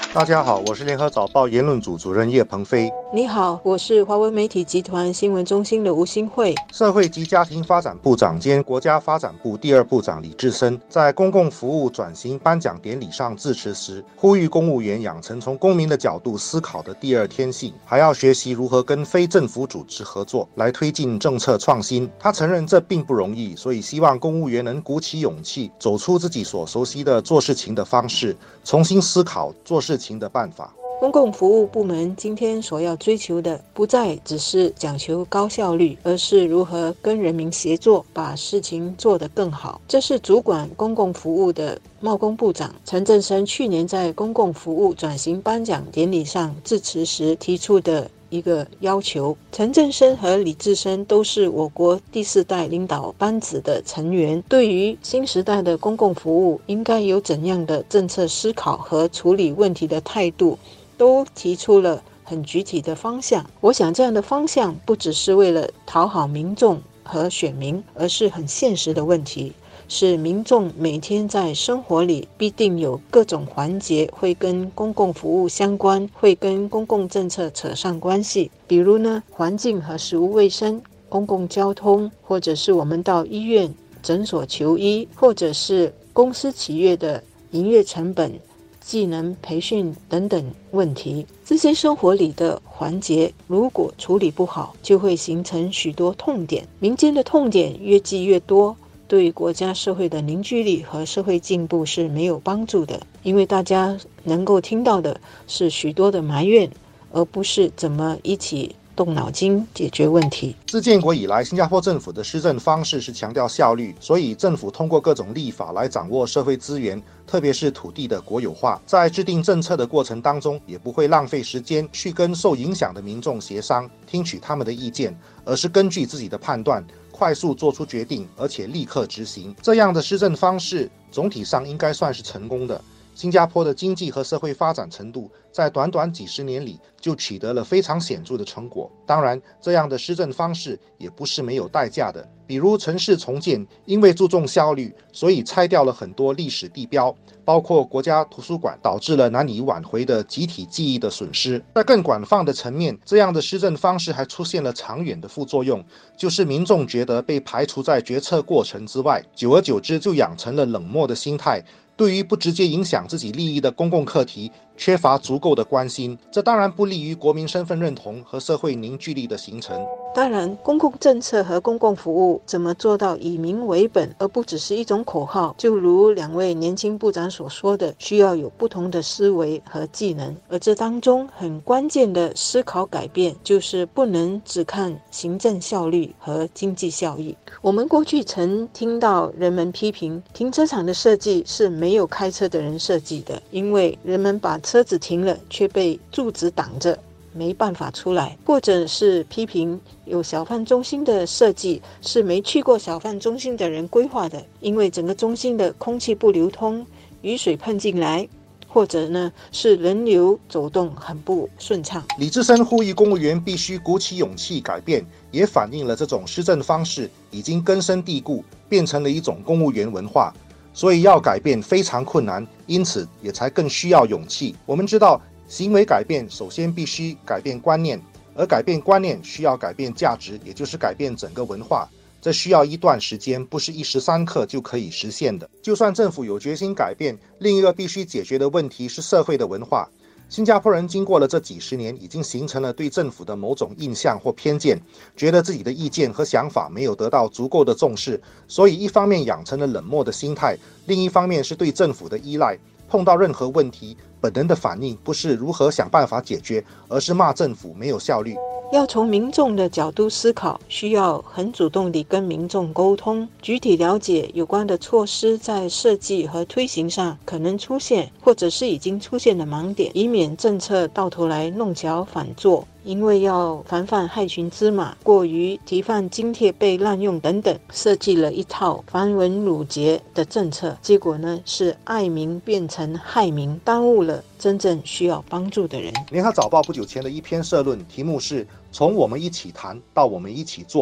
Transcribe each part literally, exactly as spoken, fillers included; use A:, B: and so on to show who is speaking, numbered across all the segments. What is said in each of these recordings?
A: 大家好，我是联合早报言论组主任叶鹏飞。
B: 你好，我是华文媒体集团新闻中心的吴新慧。
A: 社会及家庭发展部长兼国家发展部第二部长李志深在公共服务转型颁奖典礼上致辞时，呼吁公务员养成从公民的角度思考的第二天性，还要学习如何跟非政府组织合作，来推进政策创新。他承认这并不容易，所以希望公务员能鼓起勇气，走出自己所熟悉的做事情的方式，重新思考做事情的办法。
B: 公共服务部门今天所要追求的，不再只是讲求高效率，而是如何跟人民协作，把事情做得更好。这是主管公共服务的贸工部长陈振声去年在公共服务转型颁奖典礼上致辞时提出的一个要求。陈振声和李志深都是我国第四代领导班子的成员，对于新时代的公共服务应该有怎样的政策思考和处理问题的态度，都提出了很具体的方向。我想这样的方向不只是为了讨好民众和选民，而是很现实的问题，是民众每天在生活里必定有各种环节会跟公共服务相关，会跟公共政策扯上关系。比如呢，环境和食物卫生、公共交通，或者是我们到医院、诊所求医，或者是公司企业的营业成本、技能培训等等问题。这些生活里的环节如果处理不好，就会形成许多痛点，民间的痛点越积越多，对国家社会的凝聚力和社会进步是没有帮助的。因为大家能够听到的是许多的埋怨，而不是怎么一起动脑筋解决问题。
A: 自建国以来，新加坡政府的施政方式是强调效率，所以政府通过各种立法来掌握社会资源，特别是土地的国有化。在制定政策的过程当中，也不会浪费时间去跟受影响的民众协商，听取他们的意见，而是根据自己的判断快速做出决定，而且立刻执行。这样的施政方式总体上应该算是成功的。新加坡的经济和社会发展程度在短短几十年里就取得了非常显著的成果。当然，这样的施政方式也不是没有代价的。比如城市重建，因为注重效率，所以拆掉了很多历史地标，包括国家图书馆，导致了难以挽回的集体记忆的损失。在更广泛的层面，这样的施政方式还出现了长远的副作用，就是民众觉得被排除在决策过程之外，久而久之就养成了冷漠的心态，对于不直接影响自己利益的公共课题缺乏足够的关心，这当然不利于国民身份认同和社会凝聚力的形成。
B: 当然，公共政策和公共服务怎么做到以民为本，而不只是一种口号，就如两位年轻部长所说的，需要有不同的思维和技能。而这当中很关键的思考改变，就是不能只看行政效率和经济效益。我们过去曾听到人们批评停车场的设计是没有开车的人设计的，因为人们把车子停了，却被柱子挡着，没办法出来。或者是批评有小贩中心的设计是没去过小贩中心的人规划的，因为整个中心的空气不流通，雨水喷进来，或者呢是人流走动很不顺畅。
A: 李志深呼吁公务员必须鼓起勇气改变，也反映了这种施政方式已经根深蒂固，变成了一种公务员文化。所以要改变非常困难，因此也才更需要勇气。我们知道，行为改变首先必须改变观念，而改变观念需要改变价值，也就是改变整个文化。这需要一段时间，不是一时三刻就可以实现的。就算政府有决心改变，另一个必须解决的问题是社会的文化。新加坡人经过了这几十年，已经形成了对政府的某种印象或偏见，觉得自己的意见和想法没有得到足够的重视，所以一方面养成了冷漠的心态，另一方面是对政府的依赖。碰到任何问题，本能的反应不是如何想办法解决，而是骂政府没有效率。
B: 要从民众的角度思考，需要很主动地跟民众沟通，具体了解有关的措施在设计和推行上可能出现或者是已经出现的盲点，以免政策到头来弄巧反拙。因为要防范害群之马，过于提放津贴被滥用等等，设计了一套繁文缛节的政策，结果呢是爱民变成害民，耽误了真正需要帮助的人。
A: 联合早报不久前的一篇社论，题目是从我们一起谈到我们一起做，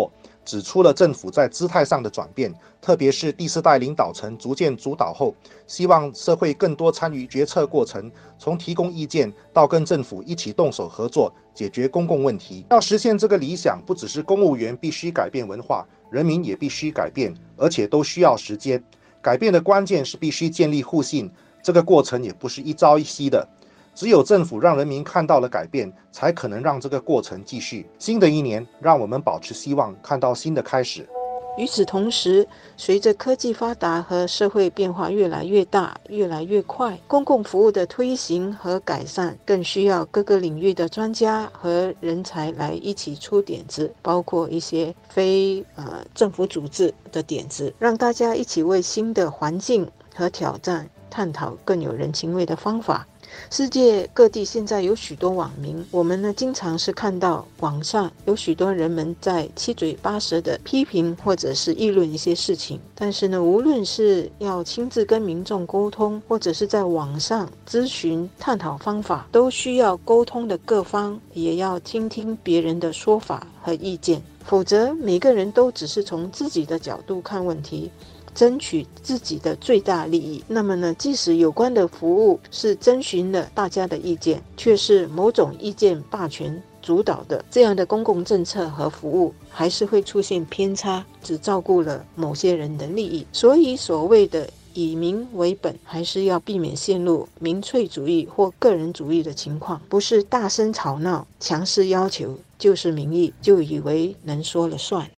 A: 指出了政府在姿态上的转变，特别是第四代领导层逐渐主导后，希望社会更多参与决策过程，从提供意见到跟政府一起动手合作，解决公共问题。要实现这个理想，不只是公务员必须改变文化，人民也必须改变，而且都需要时间。改变的关键是必须建立互信，这个过程也不是一朝一夕的。只有政府让人民看到了改变，才可能让这个过程继续。新的一年，让我们保持希望，看到新的开始。
B: 与此同时，随着科技发达和社会变化越来越大、越来越快，公共服务的推行和改善更需要各个领域的专家和人才来一起出点子，包括一些非呃政府组织的点子，让大家一起为新的环境和挑战探讨更有人情味的方法。世界各地现在有许多网民，我们呢经常是看到网上有许多人们在七嘴八舌的批评或者是议论一些事情，但是呢，无论是要亲自跟民众沟通，或者是在网上咨询探讨方法，都需要沟通的各方也要听听别人的说法和意见，否则每个人都只是从自己的角度看问题，争取自己的最大利益，那么呢，即使有关的服务是征询了大家的意见，却是某种意见霸权主导的，这样的公共政策和服务还是会出现偏差，只照顾了某些人的利益。所以所谓的以民为本，还是要避免陷入民粹主义或个人主义的情况，不是大声吵闹、强势要求就是民意，就以为能说了算。